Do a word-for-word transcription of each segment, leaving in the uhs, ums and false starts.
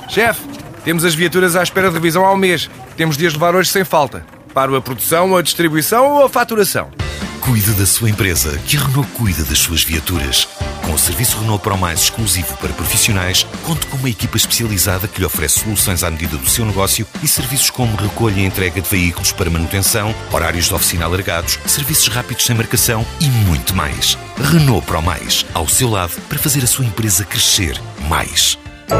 Chefe, temos as viaturas à espera de revisão há um mês. Temos de as levar hoje sem falta. Para a produção, a distribuição ou a faturação? Cuide da sua empresa, que a Renault cuida das suas viaturas. Com o serviço Renault Pro Mais exclusivo para profissionais, conte com uma equipa especializada que lhe oferece soluções à medida do seu negócio e serviços como recolha e entrega de veículos para manutenção, horários de oficina alargados, serviços rápidos sem marcação e muito mais. Renault Pro Mais, ao seu lado para fazer a sua empresa crescer mais.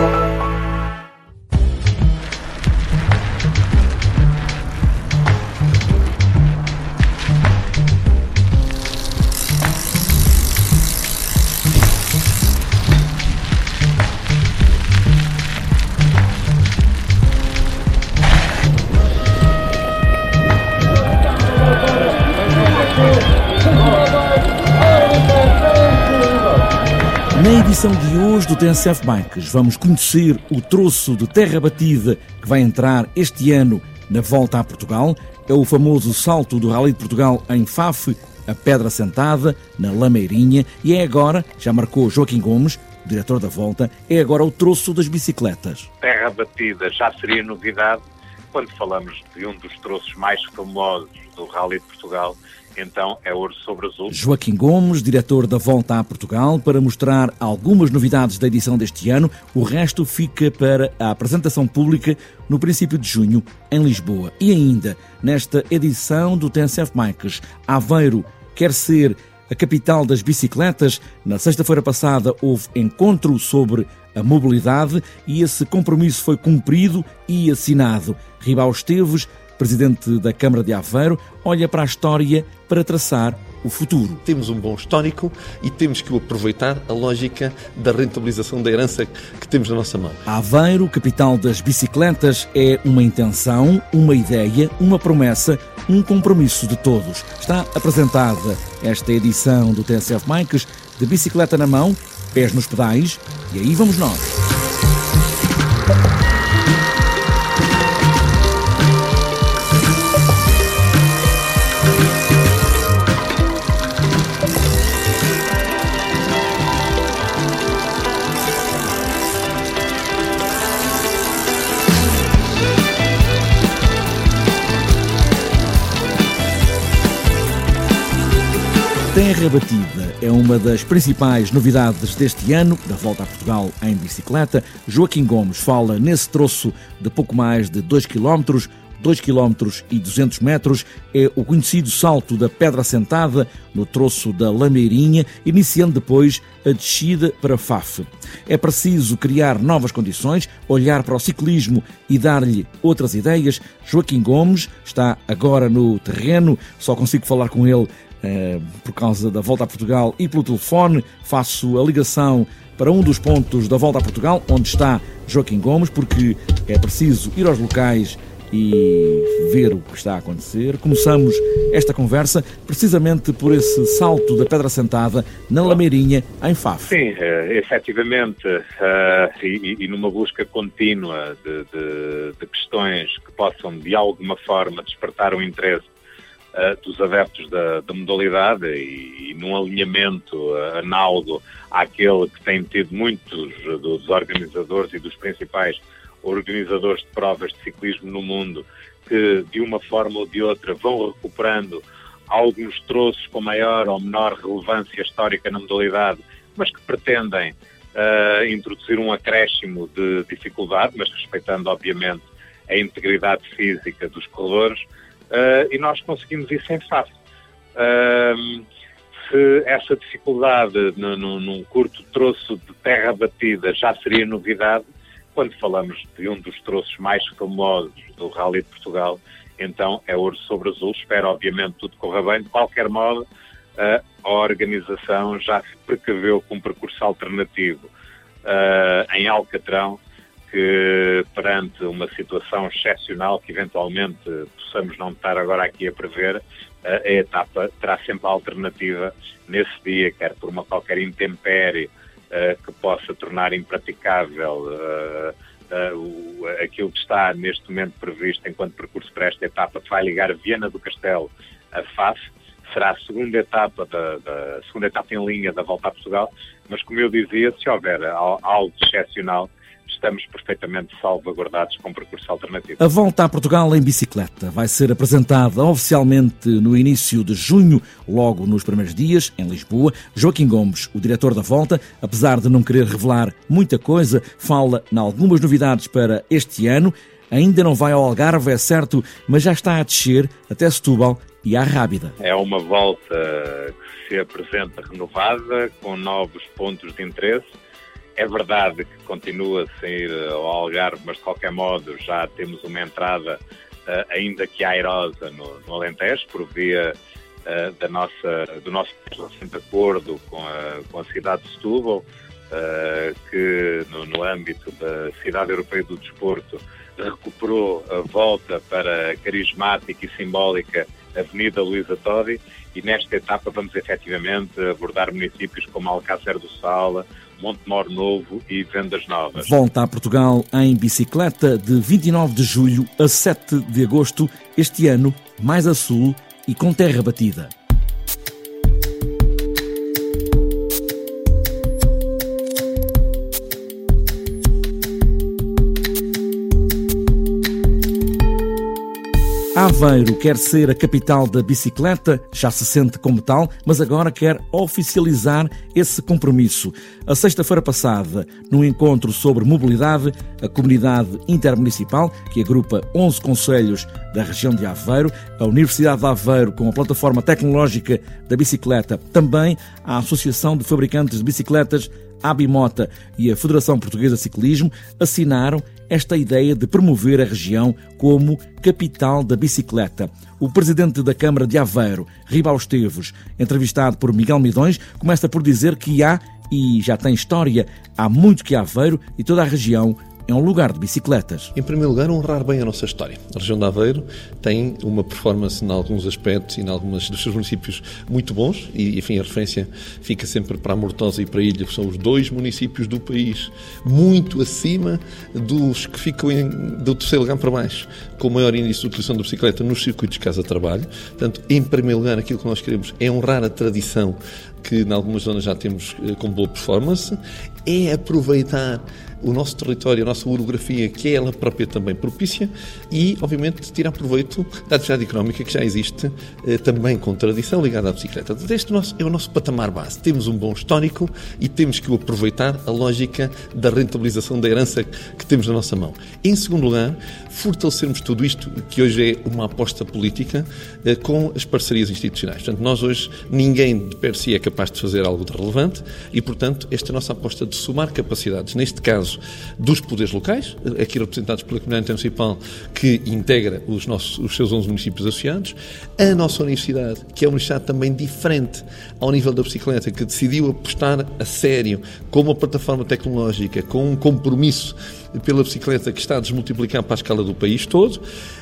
Na edição de hoje do T S F Bikes vamos conhecer o troço de terra batida que vai entrar este ano na Volta a Portugal. É o famoso salto do Rally de Portugal em Faf, a Pedra Sentada, na Lameirinha, e é agora, já marcou Joaquim Gomes, diretor da Volta, é agora o troço das bicicletas. Terra batida já seria novidade quando falamos de um dos troços mais famosos do Rally de Portugal. Então é ouro sobre azul. Joaquim Gomes, diretor da Volta a Portugal, para mostrar algumas novidades da edição deste ano. O resto fica para a apresentação pública no princípio de junho, em Lisboa. E ainda, nesta edição do T S F Bikes, Aveiro quer ser a capital das bicicletas. Na sexta-feira passada houve encontro sobre a mobilidade e esse compromisso foi cumprido e assinado. Ribao Esteves, presidente da Câmara de Aveiro, olha para a história para traçar o futuro. Temos um bom histórico e temos que aproveitar a lógica da rentabilização da herança que temos na nossa mão. Aveiro, capital das bicicletas, é uma intenção, uma ideia, uma promessa, um compromisso de todos. Está apresentada esta edição do T S F Bikes de bicicleta na mão, pés nos pedais, e aí vamos nós. Terra batida é uma das principais novidades deste ano da Volta a Portugal em bicicleta. Joaquim Gomes fala nesse troço de pouco mais de dois quilómetros, dois quilómetros e duzentos metros. É o conhecido salto da Pedra Sentada, no troço da Lameirinha, iniciando depois a descida para Faf. É preciso criar novas condições, olhar para o ciclismo e dar-lhe outras ideias. Joaquim Gomes está agora no terreno, só consigo falar com ele Uh, por causa da Volta a Portugal e pelo telefone. Faço a ligação para um dos pontos da Volta a Portugal, onde está Joaquim Gomes, porque é preciso ir aos locais e ver o que está a acontecer. Começamos esta conversa precisamente por esse salto da Pedra Sentada na Lameirinha, em Faf. Sim, uh, efetivamente, uh, e, e numa busca contínua de, de, de questões que possam de alguma forma despertar o interesse dos adeptos da, da modalidade e, e num alinhamento uh, análogo àquele que tem tido muitos dos organizadores e dos principais organizadores de provas de ciclismo no mundo, que de uma forma ou de outra vão recuperando alguns troços com maior ou menor relevância histórica na modalidade, mas que pretendem uh, introduzir um acréscimo de dificuldade, mas respeitando obviamente a integridade física dos corredores. Uh, e nós conseguimos isso em Faf. Uh, se essa dificuldade no, no, num curto troço de terra batida já seria novidade, quando falamos de um dos troços mais famosos do Rally de Portugal, então é ouro sobre azul. Espero obviamente tudo corra bem. De qualquer modo, uh, a organização já se precaveu com um percurso alternativo uh, em Alcatrão, que perante uma situação excepcional que eventualmente possamos não estar agora aqui a prever, a etapa terá sempre a alternativa nesse dia, quer por uma qualquer intempérie uh, que possa tornar impraticável uh, uh, uh, aquilo que está neste momento previsto enquanto percurso para esta etapa, que vai ligar Viana do Castelo a Faf. Será a segunda etapa, da, da, a segunda etapa em linha da Volta a Portugal, mas como eu dizia, se houver algo excepcional, estamos perfeitamente salvaguardados com percurso alternativo. A volta a Portugal em bicicleta vai ser apresentada oficialmente no início de junho, logo nos primeiros dias, em Lisboa. Joaquim Gomes, o diretor da volta, apesar de não querer revelar muita coisa, fala em algumas novidades para este ano. Ainda não vai ao Algarve, é certo, mas já está a descer até Setúbal e à Rábida. É uma volta que se apresenta renovada, com novos pontos de interesse. É verdade que continua a ir ao Algarve, mas de qualquer modo já temos uma entrada, ainda que airosa, no, no Alentejo, por via uh, da nossa, do nosso recente acordo com a, com a cidade de Setúbal, uh, que no, no âmbito da Cidade Europeia do Desporto recuperou a volta para a carismática e simbólica Avenida Luísa Todi, e nesta etapa vamos efetivamente abordar municípios como Alcácer do Sal, Montemor Novo e Vendas Novas. Volta a Portugal em bicicleta de vinte e nove de julho a sete de agosto, este ano mais a sul e com terra batida. Aveiro quer ser a capital da bicicleta, já se sente como tal, mas agora quer oficializar esse compromisso. A sexta-feira passada, num encontro sobre mobilidade, a comunidade intermunicipal, que agrupa onze concelhos da região de Aveiro, a Universidade de Aveiro com a plataforma tecnológica da bicicleta, também a Associação de Fabricantes de Bicicletas, a Abimota, e a Federação Portuguesa de Ciclismo assinaram esta ideia de promover a região como capital da bicicleta. O presidente da Câmara de Aveiro, Ribao Esteves, entrevistado por Miguel Midões, começa por dizer que há, e já tem história, há muito que Aveiro e toda a região é um lugar de bicicletas. Em primeiro lugar, honrar bem a nossa história. A região de Aveiro tem uma performance em alguns aspectos e em alguns dos seus municípios muito bons e, enfim, a referência fica sempre para a Mortosa e para a Ilha, que são os dois municípios do país muito acima dos que ficam em, do terceiro lugar para baixo, com o maior índice de utilização da bicicleta nos circuitos de casa-trabalho. Portanto, em primeiro lugar, aquilo que nós queremos é honrar a tradição que em algumas zonas já temos com boa performance, é aproveitar o nosso território, a nossa orografia, que é ela própria também propícia, e, obviamente, tirar proveito da atividade económica que já existe, eh, também com tradição ligada à bicicleta. Portanto, este nosso, é o nosso patamar base. Temos um bom histórico e temos que o aproveitar, a lógica da rentabilização da herança que temos na nossa mão. Em segundo lugar, fortalecermos tudo isto, que hoje é uma aposta política, eh, com as parcerias institucionais. Portanto, nós hoje, ninguém de per si é capaz de fazer algo de relevante e, portanto, esta é a nossa aposta de somar capacidades, neste caso, dos poderes locais, aqui representados pela Comunidade Intermunicipal, que integra os, nossos, os seus onze municípios associados, a nossa universidade, que é uma universidade também diferente ao nível da bicicleta, que decidiu apostar a sério com uma plataforma tecnológica, com um compromisso pela bicicleta que está a desmultiplicar para a escala do país todo,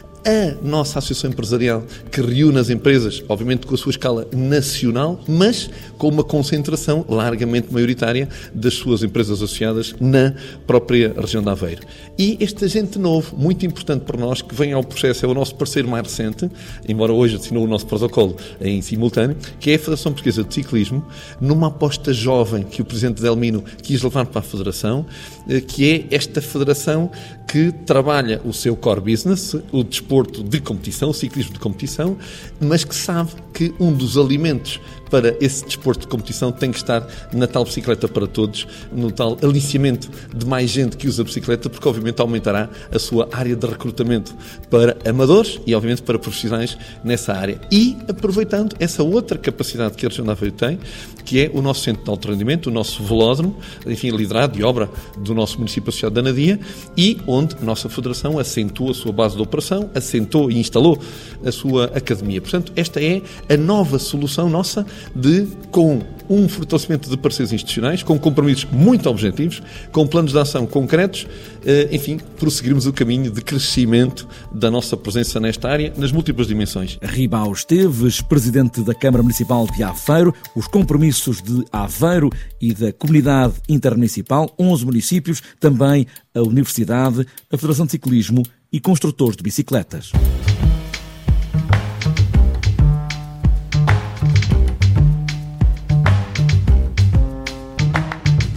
a nossa associação empresarial, que reúne as empresas, obviamente com a sua escala nacional, mas com uma concentração largamente maioritária das suas empresas associadas na própria região de Aveiro. E este agente novo, muito importante para nós, que vem ao processo, é o nosso parceiro mais recente, embora hoje assinou o nosso protocolo em simultâneo, que é a Federação Portuguesa de Ciclismo, numa aposta jovem que o Presidente Delmino quis levar para a Federação, que é esta federação que trabalha o seu core business, o desporto de competição, o ciclismo de competição, mas que sabe que um dos alimentos para esse desporto de competição tem que estar na tal bicicleta para todos, no tal aliciamento de mais gente que usa a bicicleta, porque obviamente aumentará a sua área de recrutamento para amadores e obviamente para profissionais nessa área. E aproveitando essa outra capacidade que a região de Aveiro tem, que é o nosso centro de alto rendimento, o nosso velódromo, enfim, liderado de obra do nosso município associado da Anadia, e onde a nossa federação assentou a sua base de operação, assentou e instalou a sua academia. Portanto, esta é a nova solução nossa de, com um fortalecimento de parceiros institucionais, com compromissos muito objetivos, com planos de ação concretos, enfim, prosseguirmos o caminho de crescimento da nossa presença nesta área, nas múltiplas dimensões. Ribao Esteves, presidente da Câmara Municipal de Aveiro, os compromissos de Aveiro e da Comunidade Intermunicipal, onze municípios, também a Universidade, a Federação de Ciclismo e construtores de bicicletas.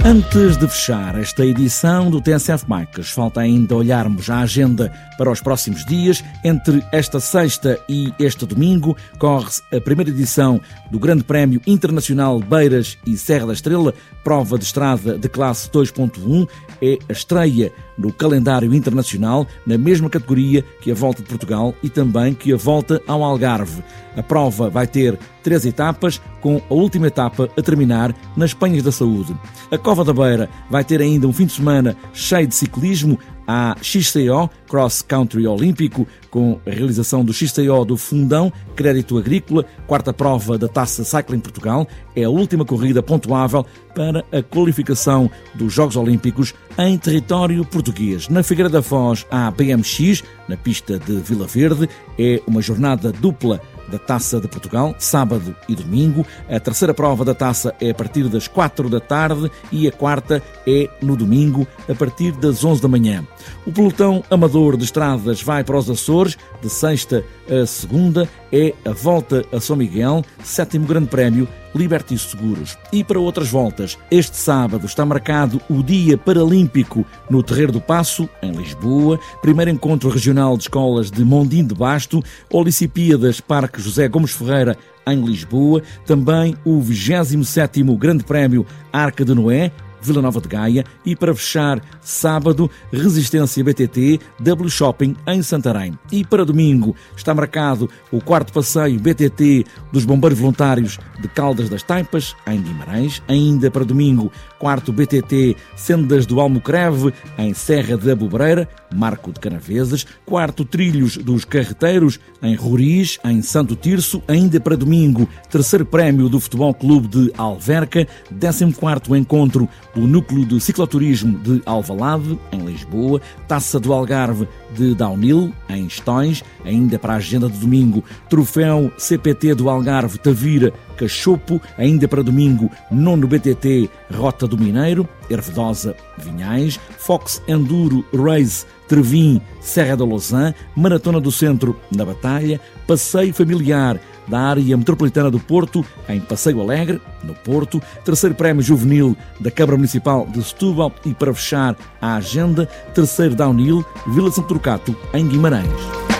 Antes de fechar esta edição do T S F Bikes, falta ainda olharmos a agenda para os próximos dias. Entre esta sexta e este domingo corre-se a primeira edição do Grande Prémio Internacional Beiras e Serra da Estrela, prova de estrada de classe dois ponto um. É a estreia no calendário internacional, na mesma categoria que a Volta de Portugal e também que a Volta ao Algarve. A prova vai ter três etapas, com a última etapa a terminar nas Penhas da Saúde. A Cova da Beira vai ter ainda um fim de semana cheio de ciclismo. Há X C O, Cross Country Olímpico, com a realização do X C O do Fundão, Crédito Agrícola, quarta prova da Taça Cycling Portugal. É a última corrida pontuável para a qualificação dos Jogos Olímpicos em território português. Na Figueira da Foz há B M X, na pista de Vila Verde. É uma jornada dupla da Taça de Portugal, sábado e domingo. A terceira prova da Taça é a partir das quatro da tarde e a quarta é no domingo, a partir das onze da manhã. O pelotão amador de estradas vai para os Açores, de sexta a segunda. É a Volta a São Miguel, sétimo Grande Prémio Liberty Seguros. E para outras voltas, este sábado está marcado o Dia Paralímpico no Terreiro do Paço, em Lisboa, primeiro encontro regional de escolas de Mondim de Basto, Olicipíadas Parque José Gomes Ferreira, em Lisboa, também o vigésimo sétimo Grande Prémio Arca de Noé, Vila Nova de Gaia, e para fechar, sábado, Resistência B T T, W Shopping em Santarém. E para domingo está marcado o quarto passeio B T T dos Bombeiros Voluntários de Caldas das Taipas, em Guimarães. Ainda para domingo, quarto B T T Sendas do Almocreve, em Serra da Bobreira, Marco de Canaveses. Quarto Trilhos dos Carreteiros, em Roriz, em Santo Tirso. Ainda para domingo, terceiro prémio do Futebol Clube de Alverca. Décimo quarto encontro do Núcleo de Cicloturismo de Alvalade, em Lisboa. Taça do Algarve de Downhill, em Estões. Ainda para a agenda de domingo, Troféu C P T do Algarve Tavira Cachopo. Ainda para domingo, nono B T T Rota do Mineiro, Ervedosa Vinhais. Fox Enduro Race Trevim, Serra da Lousã. Maratona do Centro na Batalha. Passeio familiar da área metropolitana do Porto, em Passeio Alegre, no Porto. Terceiro Prémio Juvenil da Câmara Municipal de Setúbal. E para fechar a agenda, terceiro Downhill Vila Santo Turcato, em Guimarães.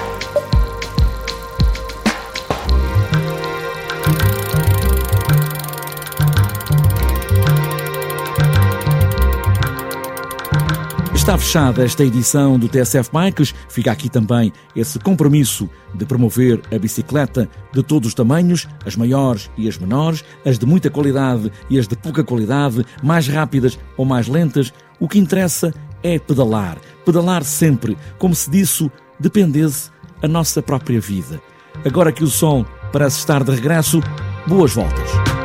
Está fechada esta edição do T S F Bikes. Fica aqui também esse compromisso de promover a bicicleta de todos os tamanhos, as maiores e as menores, as de muita qualidade e as de pouca qualidade, mais rápidas ou mais lentas. O que interessa é pedalar. Pedalar sempre, como se disso dependesse a nossa própria vida. Agora que o sol parece estar de regresso, boas voltas.